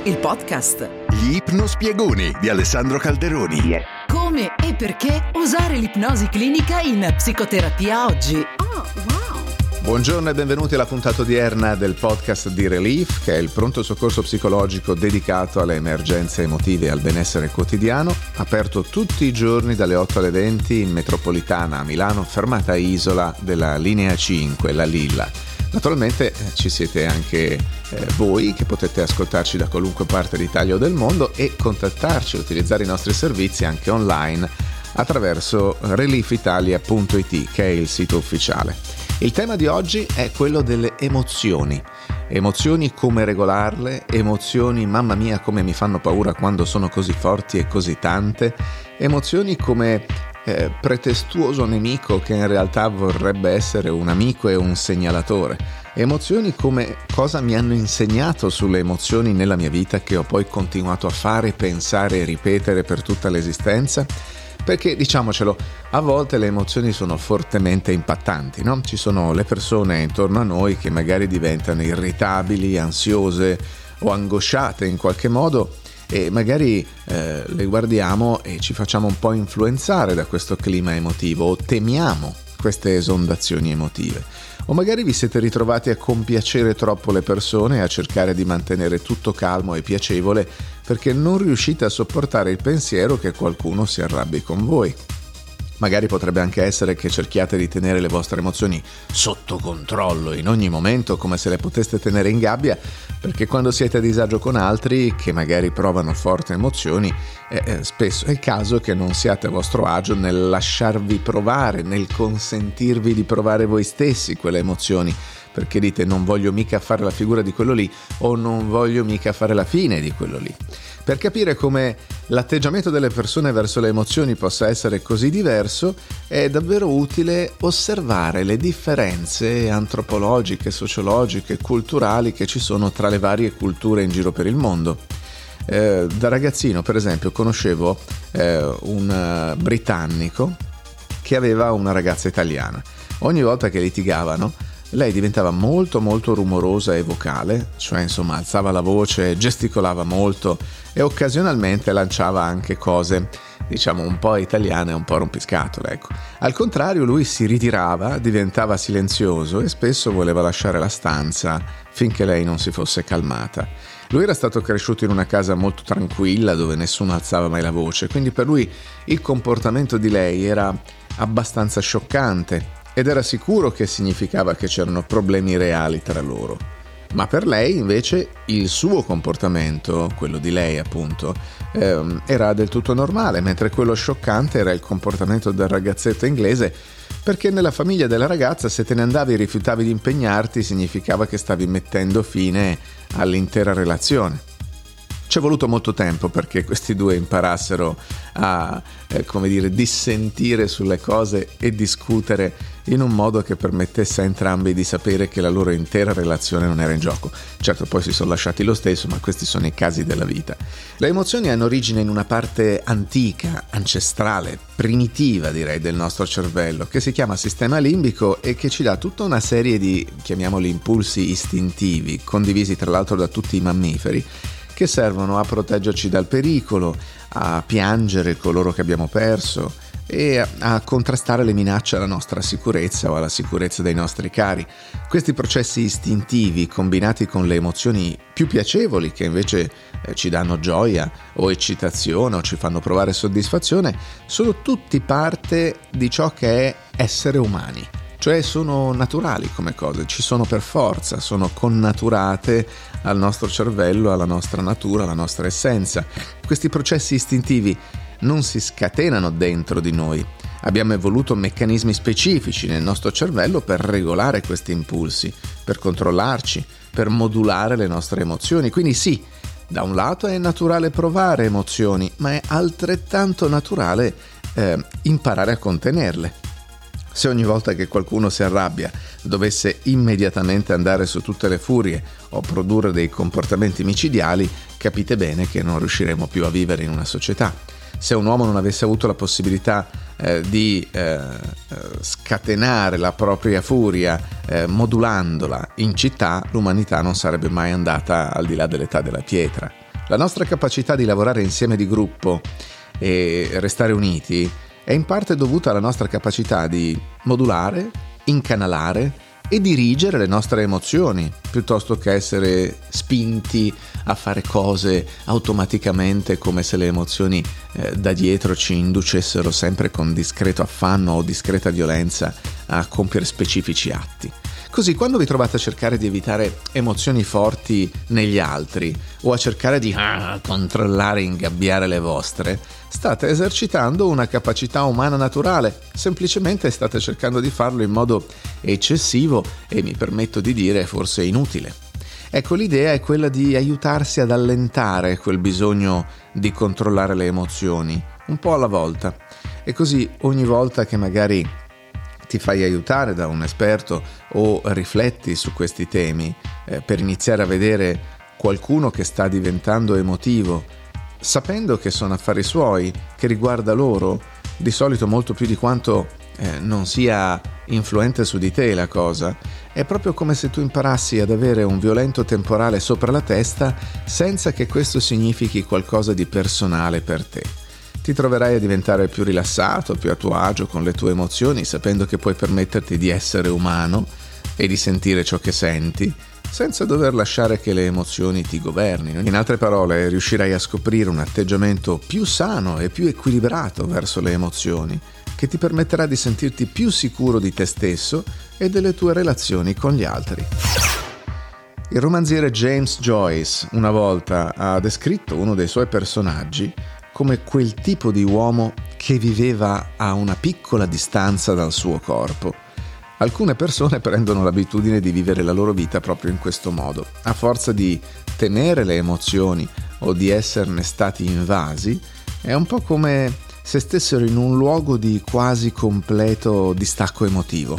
il podcast. Gli ipnospiegoni di Alessandro Calderoni. Come e perché usare l'ipnosi clinica in psicoterapia oggi. Buongiorno e benvenuti alla puntata odierna del podcast di Relief, che è il pronto soccorso psicologico dedicato alle emergenze emotive e al benessere quotidiano, aperto tutti i giorni dalle 8 alle 20 in metropolitana a Milano, fermata Isola della linea 5, la Lilla. Naturalmente ci siete anche voi che potete ascoltarci da qualunque parte d'Italia o del mondo e contattarci, utilizzare i nostri servizi anche online attraverso reliefitalia.it, che è il sito ufficiale. Il tema di oggi è quello delle emozioni. Emozioni, come regolarle, emozioni, mamma mia come mi fanno paura quando sono così forti e così tante, emozioni come pretestuoso nemico che in realtà vorrebbe essere un amico e un segnalatore, emozioni come cosa mi hanno insegnato sulle emozioni nella mia vita che ho poi continuato a fare, pensare e ripetere per tutta l'esistenza. Perché, diciamocelo, a volte le emozioni sono fortemente impattanti, no? Ci sono le persone intorno a noi che magari diventano irritabili, ansiose o angosciate in qualche modo e magari le guardiamo e ci facciamo un po' influenzare da questo clima emotivo o temiamo queste esondazioni emotive. O magari vi siete ritrovati a compiacere troppo le persone e a cercare di mantenere tutto calmo e piacevole perché non riuscite a sopportare il pensiero che qualcuno si arrabbi con voi. Magari potrebbe anche essere che cerchiate di tenere le vostre emozioni sotto controllo in ogni momento, come se le poteste tenere in gabbia, perché quando siete a disagio con altri che magari provano forti emozioni, spesso è il caso che non siate a vostro agio nel lasciarvi provare, nel consentirvi di provare voi stessi quelle emozioni, perché dite non voglio mica fare la figura di quello lì o non voglio mica fare la fine di quello lì. Per capire come l'atteggiamento delle persone verso le emozioni possa essere così diverso, è davvero utile osservare le differenze antropologiche, sociologiche, culturali che ci sono tra le varie culture in giro per il mondo. Da ragazzino, per esempio, conoscevo un britannico che aveva una ragazza italiana. Ogni volta che litigavano, lei diventava molto molto rumorosa e vocale, cioè insomma alzava la voce, gesticolava molto e occasionalmente lanciava anche cose, diciamo un po' italiane, un po' rompiscatole, ecco. Al contrario, lui si ritirava, diventava silenzioso e spesso voleva lasciare la stanza finché lei non si fosse calmata. Lui era stato cresciuto in una casa molto tranquilla dove nessuno alzava mai la voce, quindi per lui il comportamento di lei era abbastanza scioccante ed era sicuro che significava che c'erano problemi reali tra loro. Ma per lei invece il suo comportamento, quello di lei appunto, era del tutto normale, mentre quello scioccante era il comportamento del ragazzetto inglese, perché nella famiglia della ragazza se te ne andavi e rifiutavi di impegnarti significava che stavi mettendo fine all'intera relazione. C'è voluto molto tempo perché questi due imparassero a, dissentire sulle cose e discutere in un modo che permettesse a entrambi di sapere che la loro intera relazione non era in gioco. Certo, poi si sono lasciati lo stesso, ma questi sono i casi della vita. Le emozioni hanno origine in una parte antica, ancestrale, primitiva direi del nostro cervello, che si chiama sistema limbico e che ci dà tutta una serie di, chiamiamoli impulsi istintivi, condivisi tra l'altro da tutti i mammiferi, che servono a proteggerci dal pericolo, a piangere coloro che abbiamo perso e a contrastare le minacce alla nostra sicurezza o alla sicurezza dei nostri cari. Questi processi istintivi, combinati con le emozioni più piacevoli che invece ci danno gioia o eccitazione o ci fanno provare soddisfazione, sono tutti parte di ciò che è essere umani. Cioè sono naturali come cose, ci sono per forza, sono connaturate al nostro cervello, alla nostra natura, alla nostra essenza. Questi processi istintivi non si scatenano dentro di noi. Abbiamo evoluto meccanismi specifici nel nostro cervello per regolare questi impulsi, per controllarci, per modulare le nostre emozioni. Quindi sì, da un lato è naturale provare emozioni, ma è altrettanto naturale imparare a contenerle. Se ogni volta che qualcuno si arrabbia dovesse immediatamente andare su tutte le furie o produrre dei comportamenti micidiali, capite bene che non riusciremo più a vivere in una società. Se un uomo non avesse avuto la possibilità di scatenare la propria furia modulandola in città, l'umanità non sarebbe mai andata al di là dell'età della pietra. La nostra capacità di lavorare insieme di gruppo e restare uniti è in parte dovuta alla nostra capacità di modulare, incanalare e dirigere le nostre emozioni, piuttosto che essere spinti a fare cose automaticamente come se le emozioni da dietro ci inducessero sempre con discreto affanno o discreta violenza a compiere specifici atti. Così, quando vi trovate a cercare di evitare emozioni forti negli altri o a cercare di controllare e ingabbiare le vostre, state esercitando una capacità umana naturale, semplicemente state cercando di farlo in modo eccessivo e, mi permetto di dire, forse inutile. Ecco, l'idea è quella di aiutarsi ad allentare quel bisogno di controllare le emozioni, un po' alla volta, e così ogni volta che magari ti fai aiutare da un esperto o rifletti su questi temi per iniziare a vedere qualcuno che sta diventando emotivo, sapendo che sono affari suoi, che riguarda loro, di solito molto più di quanto non sia influente su di te la cosa, è proprio come se tu imparassi ad avere un violento temporale sopra la testa senza che questo significhi qualcosa di personale per te. Ti troverai a diventare più rilassato, più a tuo agio con le tue emozioni, sapendo che puoi permetterti di essere umano e di sentire ciò che senti, senza dover lasciare che le emozioni ti governino. In altre parole, riuscirai a scoprire un atteggiamento più sano e più equilibrato verso le emozioni, che ti permetterà di sentirti più sicuro di te stesso e delle tue relazioni con gli altri. Il romanziere James Joyce una volta ha descritto uno dei suoi personaggi come quel tipo di uomo che viveva a una piccola distanza dal suo corpo. Alcune persone prendono l'abitudine di vivere la loro vita proprio in questo modo. A forza di temere le emozioni o di esserne stati invasi, è un po' come se stessero in un luogo di quasi completo distacco emotivo.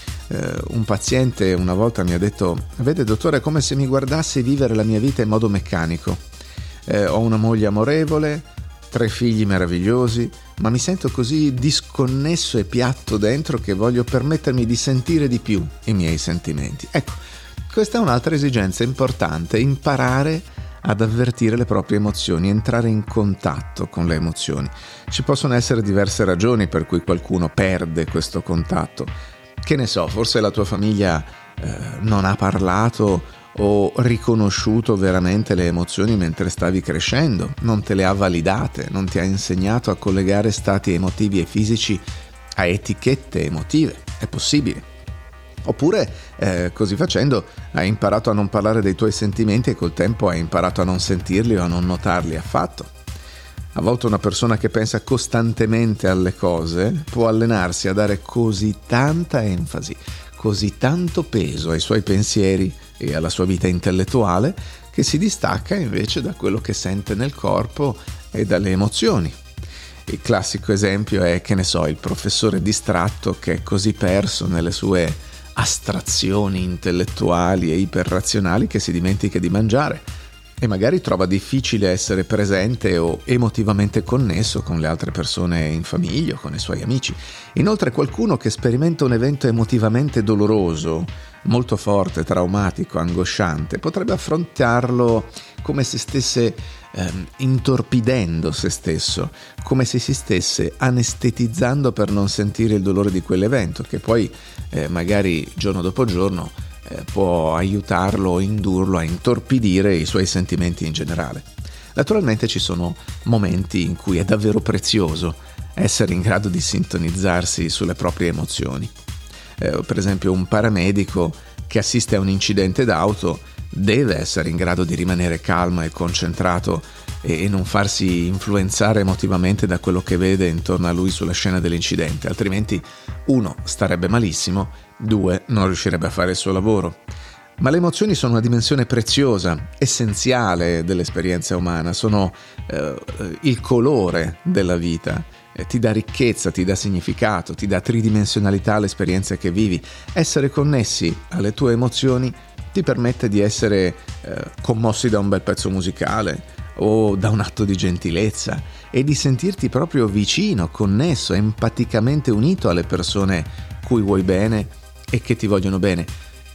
Un paziente una volta mi ha detto: «Vede dottore, è come se mi guardassi vivere la mia vita in modo meccanico. Ho una moglie amorevole, 3 figli meravigliosi, ma mi sento così disconnesso e piatto dentro che voglio permettermi di sentire di più i miei sentimenti». Ecco, questa è un'altra esigenza importante, imparare ad avvertire le proprie emozioni, entrare in contatto con le emozioni. Ci possono essere diverse ragioni per cui qualcuno perde questo contatto. Che ne so, forse la tua famiglia non ha parlato o riconosciuto veramente le emozioni mentre stavi crescendo, non te le ha validate, non ti ha insegnato a collegare stati emotivi e fisici a etichette emotive. È possibile. Oppure, così facendo, hai imparato a non parlare dei tuoi sentimenti e col tempo hai imparato a non sentirli o a non notarli affatto. A volte una persona che pensa costantemente alle cose può allenarsi a dare così tanta enfasi, così tanto peso ai suoi pensieri e alla sua vita intellettuale che si distacca invece da quello che sente nel corpo e dalle emozioni. Il classico esempio è, che ne so, il professore distratto che è così perso nelle sue astrazioni intellettuali e iperrazionali che si dimentica di mangiare e magari trova difficile essere presente o emotivamente connesso con le altre persone in famiglia o con i suoi amici. Inoltre, qualcuno che sperimenta un evento emotivamente doloroso, molto forte, traumatico, angosciante, potrebbe affrontarlo come se stesse intorpidendo se stesso, come se si stesse anestetizzando per non sentire il dolore di quell'evento, che poi magari giorno dopo giorno può aiutarlo o indurlo a intorpidire i suoi sentimenti in generale. Naturalmente ci sono momenti in cui è davvero prezioso essere in grado di sintonizzarsi sulle proprie emozioni. Per esempio, un paramedico che assiste a un incidente d'auto deve essere in grado di rimanere calmo e concentrato e non farsi influenzare emotivamente da quello che vede intorno a lui sulla scena dell'incidente, altrimenti 1 starebbe malissimo, 2 non riuscirebbe a fare il suo lavoro. Ma le emozioni sono una dimensione preziosa, essenziale dell'esperienza umana, sono il colore della vita, ti dà ricchezza, ti dà significato, ti dà tridimensionalità all'esperienza che vivi. Essere connessi alle tue emozioni ti permette di essere commossi da un bel pezzo musicale o da un atto di gentilezza e di sentirti proprio vicino, connesso, empaticamente unito alle persone cui vuoi bene e che ti vogliono bene.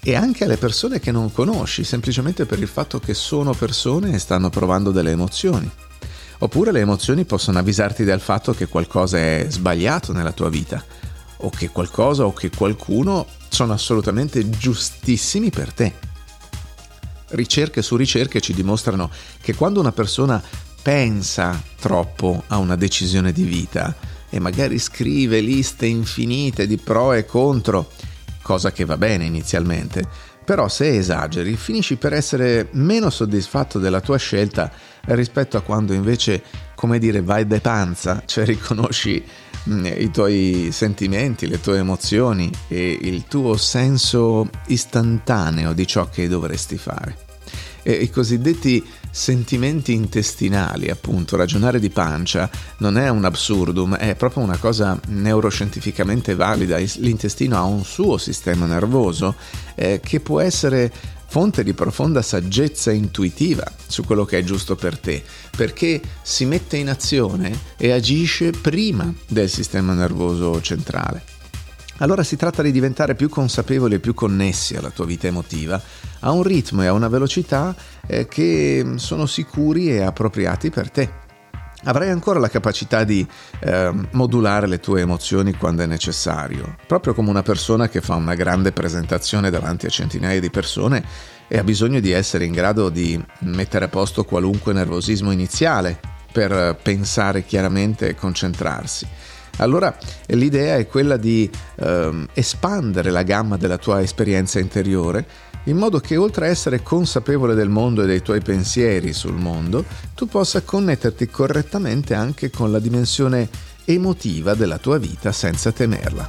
e anche alle persone che non conosci, semplicemente per il fatto che sono persone e stanno provando delle emozioni. Oppure le emozioni possono avvisarti del fatto che qualcosa è sbagliato nella tua vita, o che qualcosa o che qualcuno sono assolutamente giustissimi per te. Ricerche su ricerche ci dimostrano che quando una persona pensa troppo a una decisione di vita e magari scrive liste infinite di pro e contro, cosa che va bene inizialmente, però se esageri finisci per essere meno soddisfatto della tua scelta rispetto a quando invece, come dire, vai de panza, cioè riconosci i tuoi sentimenti, le tue emozioni e il tuo senso istantaneo di ciò che dovresti fare. E i cosiddetti sentimenti intestinali, appunto, ragionare di pancia non è un absurdum, è proprio una cosa neuroscientificamente valida. L'intestino ha un suo sistema nervoso che può essere fonte di profonda saggezza intuitiva su quello che è giusto per te, perché si mette in azione e agisce prima del sistema nervoso centrale. Allora si tratta di diventare più consapevoli e più connessi alla tua vita emotiva, a un ritmo e a una velocità che sono sicuri e appropriati per te. Avrai ancora la capacità di modulare le tue emozioni quando è necessario, proprio come una persona che fa una grande presentazione davanti a centinaia di persone e ha bisogno di essere in grado di mettere a posto qualunque nervosismo iniziale per pensare chiaramente e concentrarsi. Allora l'idea è quella di espandere la gamma della tua esperienza interiore, in modo che oltre a essere consapevole del mondo e dei tuoi pensieri sul mondo, tu possa connetterti correttamente anche con la dimensione emotiva della tua vita senza temerla.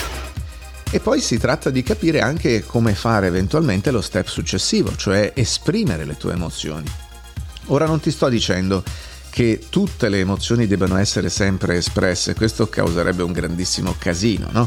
E poi si tratta di capire anche come fare eventualmente lo step successivo, cioè esprimere le tue emozioni. Ora non ti sto dicendo che tutte le emozioni debbano essere sempre espresse, questo causerebbe un grandissimo casino, no?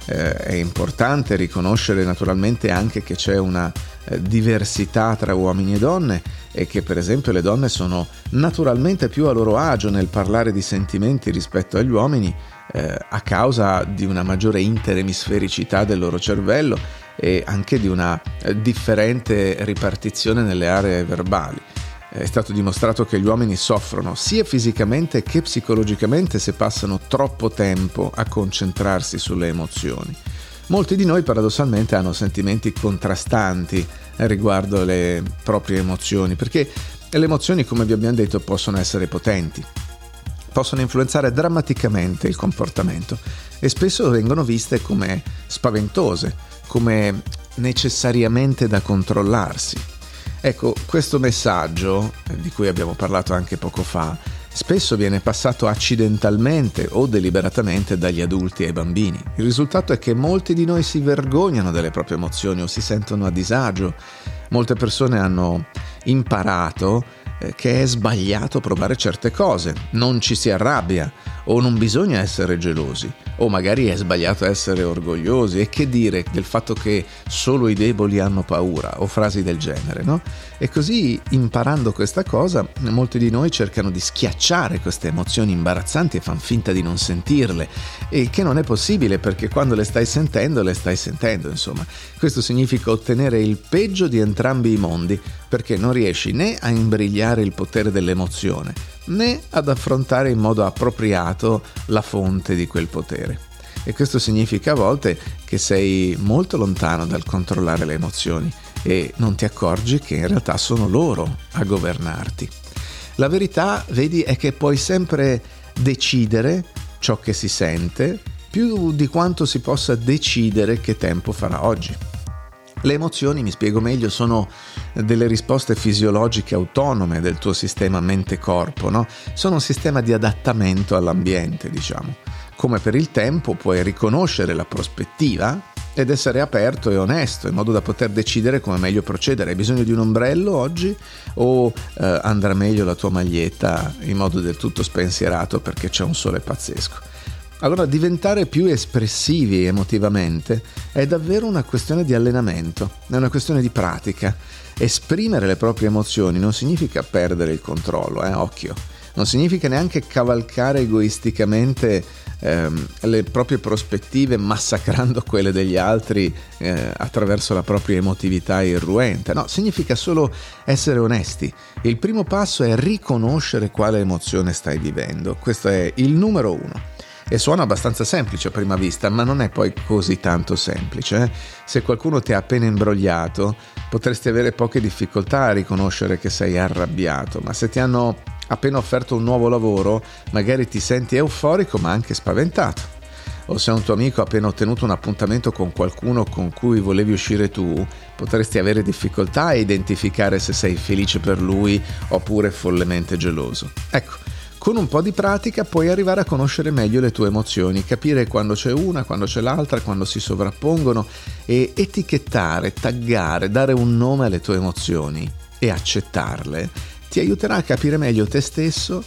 È importante riconoscere naturalmente anche che c'è una diversità tra uomini e donne e che per esempio le donne sono naturalmente più a loro agio nel parlare di sentimenti rispetto agli uomini a causa di una maggiore interemisfericità del loro cervello e anche di una differente ripartizione nelle aree verbali. È stato dimostrato che gli uomini soffrono sia fisicamente che psicologicamente se passano troppo tempo a concentrarsi sulle emozioni. Molti di noi paradossalmente hanno sentimenti contrastanti riguardo le proprie emozioni, perché le emozioni, come vi abbiamo detto, possono essere potenti, possono influenzare drammaticamente il comportamento e spesso vengono viste come spaventose, come necessariamente da controllarsi. Ecco, questo messaggio, di cui abbiamo parlato anche poco fa, spesso viene passato accidentalmente o deliberatamente dagli adulti ai bambini. Il risultato è che molti di noi si vergognano delle proprie emozioni o si sentono a disagio. Molte persone hanno imparato che è sbagliato provare certe cose, non ci si arrabbia o non bisogna essere gelosi o magari è sbagliato essere orgogliosi e che dire del fatto che solo i deboli hanno paura o frasi del genere, no? E così imparando questa cosa molti di noi cercano di schiacciare queste emozioni imbarazzanti e fan finta di non sentirle, e che non è possibile perché quando le stai sentendo insomma. Questo significa ottenere il peggio di entrambi i mondi, perché non riesci né a imbrigliare il potere dell'emozione né ad affrontare in modo appropriato la fonte di quel potere. E questo significa a volte che sei molto lontano dal controllare le emozioni e non ti accorgi che in realtà sono loro a governarti. La verità, vedi, è che puoi sempre decidere ciò che si sente più di quanto si possa decidere che tempo farà oggi. Le emozioni, mi spiego meglio, sono delle risposte fisiologiche autonome del tuo sistema mente-corpo, no? Sono un sistema di adattamento all'ambiente, diciamo. Come per il tempo puoi riconoscere la prospettiva ed essere aperto e onesto in modo da poter decidere come meglio procedere. Hai bisogno di un ombrello oggi o andrà meglio la tua maglietta in modo del tutto spensierato perché c'è un sole pazzesco? Allora diventare più espressivi emotivamente è davvero una questione di allenamento, è una questione di pratica. Esprimere le proprie emozioni non significa perdere il controllo, occhio. Non significa neanche cavalcare egoisticamente le proprie prospettive massacrando quelle degli altri attraverso la propria emotività irruente. No, significa solo essere onesti. Il primo passo è riconoscere quale emozione stai vivendo. Questo è il numero 1. E suona abbastanza semplice a prima vista, ma non è poi così tanto semplice. Se qualcuno ti ha appena imbrogliato, potresti avere poche difficoltà a riconoscere che sei arrabbiato, ma se ti hanno appena offerto un nuovo lavoro, magari ti senti euforico ma anche spaventato. O se un tuo amico ha appena ottenuto un appuntamento con qualcuno con cui volevi uscire tu, potresti avere difficoltà a identificare se sei felice per lui oppure follemente geloso. Ecco, con un po' di pratica puoi arrivare a conoscere meglio le tue emozioni, capire quando c'è una, quando c'è l'altra, quando si sovrappongono e etichettare, taggare, dare un nome alle tue emozioni e accettarle ti aiuterà a capire meglio te stesso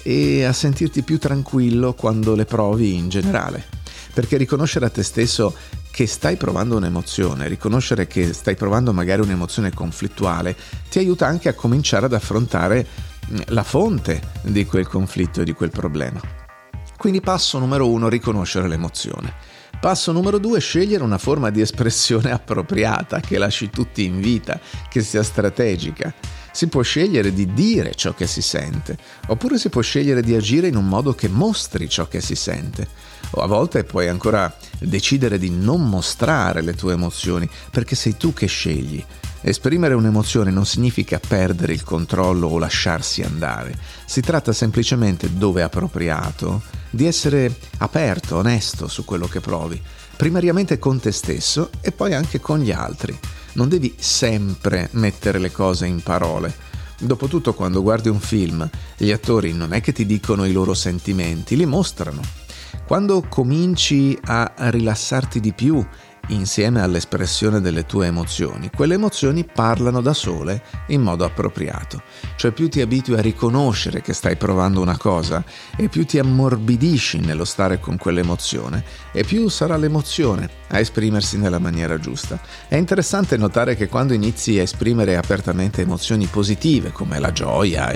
e a sentirti più tranquillo quando le provi in generale. Perché riconoscere a te stesso che stai provando un'emozione, riconoscere che stai provando magari un'emozione conflittuale, ti aiuta anche a cominciare ad affrontare la fonte di quel conflitto e di quel problema. Quindi passo numero 1, riconoscere l'emozione. Passo numero 2, scegliere una forma di espressione appropriata, che lasci tutti in vita, che sia strategica. Si può scegliere di dire ciò che si sente, oppure si può scegliere di agire in un modo che mostri ciò che si sente. O a volte puoi ancora decidere di non mostrare le tue emozioni, perché sei tu che scegli. Esprimere un'emozione non significa perdere il controllo o lasciarsi andare. Si tratta semplicemente, dove appropriato, di essere aperto, onesto su quello che provi, primariamente con te stesso e poi anche con gli altri. Non devi sempre mettere le cose in parole. Dopotutto, quando guardi un film, gli attori non è che ti dicono i loro sentimenti, li mostrano. Quando cominci a rilassarti di più insieme all'espressione delle tue emozioni, quelle emozioni parlano da sole in modo appropriato. Cioè, più ti abitui a riconoscere che stai provando una cosa e più ti ammorbidisci nello stare con quell'emozione e più sarà l'emozione a esprimersi nella maniera giusta. È interessante notare che quando inizi a esprimere apertamente emozioni positive come la gioia,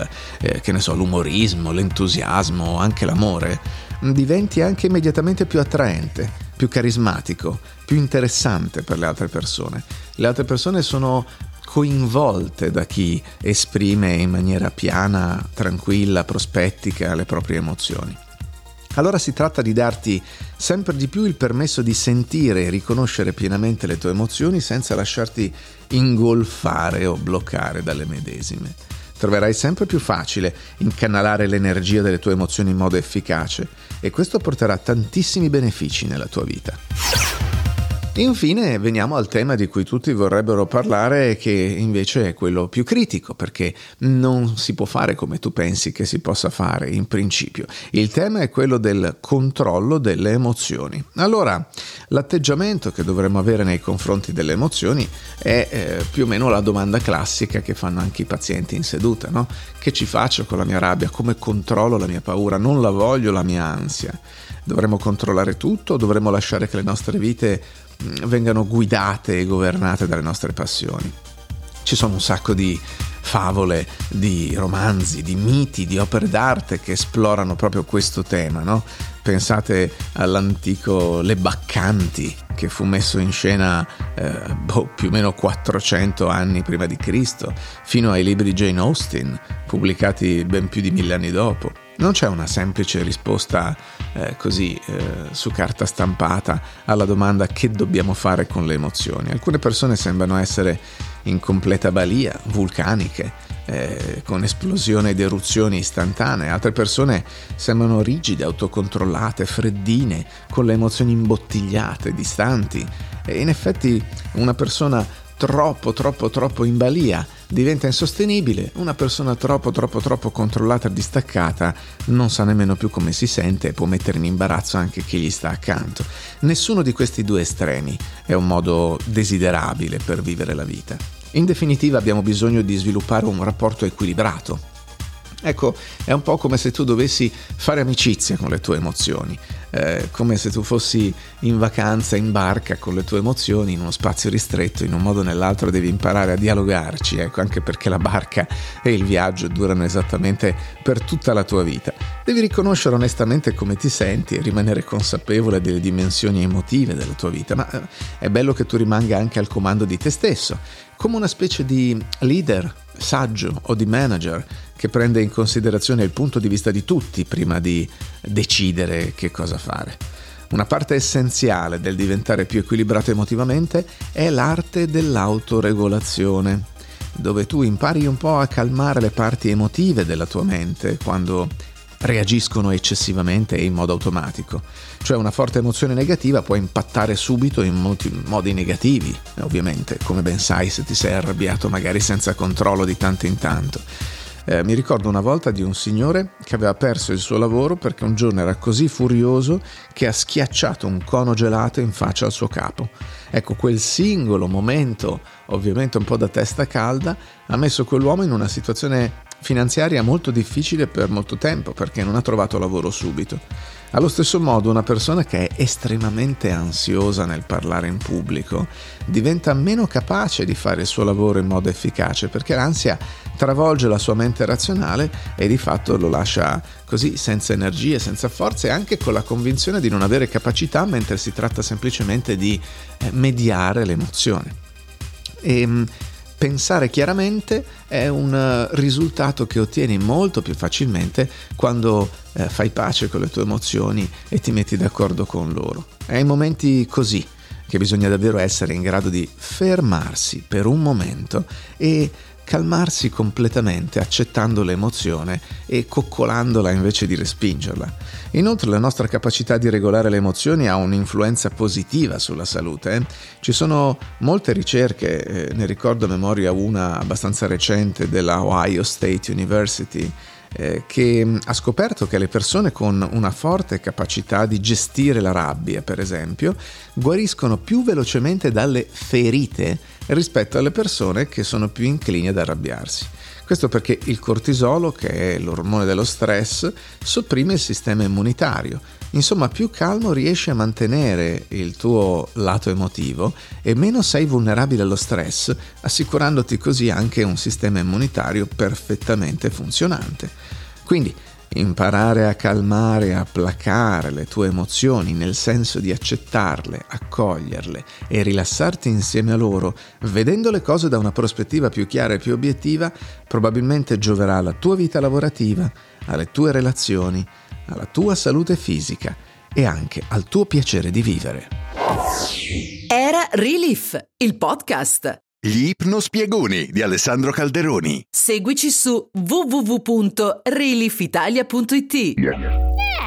l'umorismo, l'entusiasmo, anche l'amore, diventi anche immediatamente più attraente, più carismatico, più interessante per le altre persone. Le altre persone sono coinvolte da chi esprime in maniera piana, tranquilla, prospettica le proprie emozioni. Allora si tratta di darti sempre di più il permesso di sentire e riconoscere pienamente le tue emozioni senza lasciarti ingolfare o bloccare dalle medesime. Troverai sempre più facile incanalare l'energia delle tue emozioni in modo efficace e questo porterà tantissimi benefici nella tua vita. Infine veniamo al tema di cui tutti vorrebbero parlare, che invece è quello più critico, perché non si può fare come tu pensi che si possa fare in principio. Il tema è quello del controllo delle emozioni. Allora, l'atteggiamento che dovremmo avere nei confronti delle emozioni è più o meno la domanda classica che fanno anche i pazienti in seduta, no? Che ci faccio con la mia rabbia? Come controllo la mia paura? Non la voglio la mia ansia. Dovremmo controllare tutto o dovremmo lasciare che le nostre vite vengano guidate e governate dalle nostre passioni? Ci sono un sacco di favole, di romanzi, di miti, di opere d'arte che esplorano proprio questo tema, no? Pensate all'antico Le Baccanti, che fu messo in scena più o meno 400 anni prima di Cristo, fino ai libri di Jane Austen, pubblicati ben più di 1000 anni dopo. Non c'è una semplice risposta su carta stampata alla domanda che dobbiamo fare con le emozioni. Alcune persone sembrano essere in completa balia, vulcaniche, con esplosione ed eruzioni istantanee. Altre persone sembrano rigide, autocontrollate, freddine, con le emozioni imbottigliate, distanti. E in effetti una persona troppo in balia diventa insostenibile. Una persona troppo controllata e distaccata non sa nemmeno più come si sente e può mettere in imbarazzo anche chi gli sta accanto. Nessuno di questi due estremi è un modo desiderabile per vivere la vita. In definitiva, abbiamo bisogno di sviluppare un rapporto equilibrato Ecco, è un po' come se tu dovessi fare amicizia con le tue emozioni, come se tu fossi in vacanza in barca con le tue emozioni in uno spazio ristretto, in un modo o nell'altro devi imparare a dialogarci, ecco, anche perché la barca e il viaggio durano esattamente per tutta la tua vita. Devi riconoscere onestamente come ti senti e rimanere consapevole delle dimensioni emotive della tua vita, ma è bello che tu rimanga anche al comando di te stesso, come una specie di leader saggio o di manager che prende in considerazione il punto di vista di tutti prima di decidere che cosa fare. Una parte essenziale del diventare più equilibrato emotivamente è l'arte dell'autoregolazione, dove tu impari un po' a calmare le parti emotive della tua mente quando reagiscono eccessivamente e in modo automatico. Cioè una forte emozione negativa può impattare subito in molti modi negativi, ovviamente, come ben sai se ti sei arrabbiato magari senza controllo di tanto in tanto. Mi ricordo una volta di un signore che aveva perso il suo lavoro perché un giorno era così furioso che ha schiacciato un cono gelato in faccia al suo capo. Ecco, quel singolo momento, ovviamente un po' da testa calda, ha messo quell'uomo in una situazione finanziaria molto difficile per molto tempo perché non ha trovato lavoro subito. Allo stesso modo, una persona che è estremamente ansiosa nel parlare in pubblico diventa meno capace di fare il suo lavoro in modo efficace perché l'ansia travolge la sua mente razionale e di fatto lo lascia così senza energie, senza forze e anche con la convinzione di non avere capacità mentre si tratta semplicemente di mediare l'emozione. Pensare chiaramente è un risultato che ottieni molto più facilmente quando fai pace con le tue emozioni e ti metti d'accordo con loro. È in momenti così che bisogna davvero essere in grado di fermarsi per un momento e calmarsi completamente accettando l'emozione e coccolandola invece di respingerla. Inoltre la nostra capacità di regolare le emozioni ha un'influenza positiva sulla salute. Ci sono molte ricerche, ne ricordo a memoria una abbastanza recente della Ohio State University, che ha scoperto che le persone con una forte capacità di gestire la rabbia, per esempio, guariscono più velocemente dalle ferite rispetto alle persone che sono più inclini ad arrabbiarsi. Questo perché il cortisolo, che è l'ormone dello stress, sopprime il sistema immunitario. Insomma, più calmo riesci a mantenere il tuo lato emotivo e meno sei vulnerabile allo stress, assicurandoti così anche un sistema immunitario perfettamente funzionante. Quindi, imparare a calmare e a placare le tue emozioni nel senso di accettarle, accoglierle e rilassarti insieme a loro, vedendo le cose da una prospettiva più chiara e più obiettiva, probabilmente gioverà alla tua vita lavorativa, alle tue relazioni, alla tua salute fisica e anche al tuo piacere di vivere. Era Relief, il podcast. Gli ipnospiegoni di Alessandro Calderoni. Seguici su www.reliefitalia.it.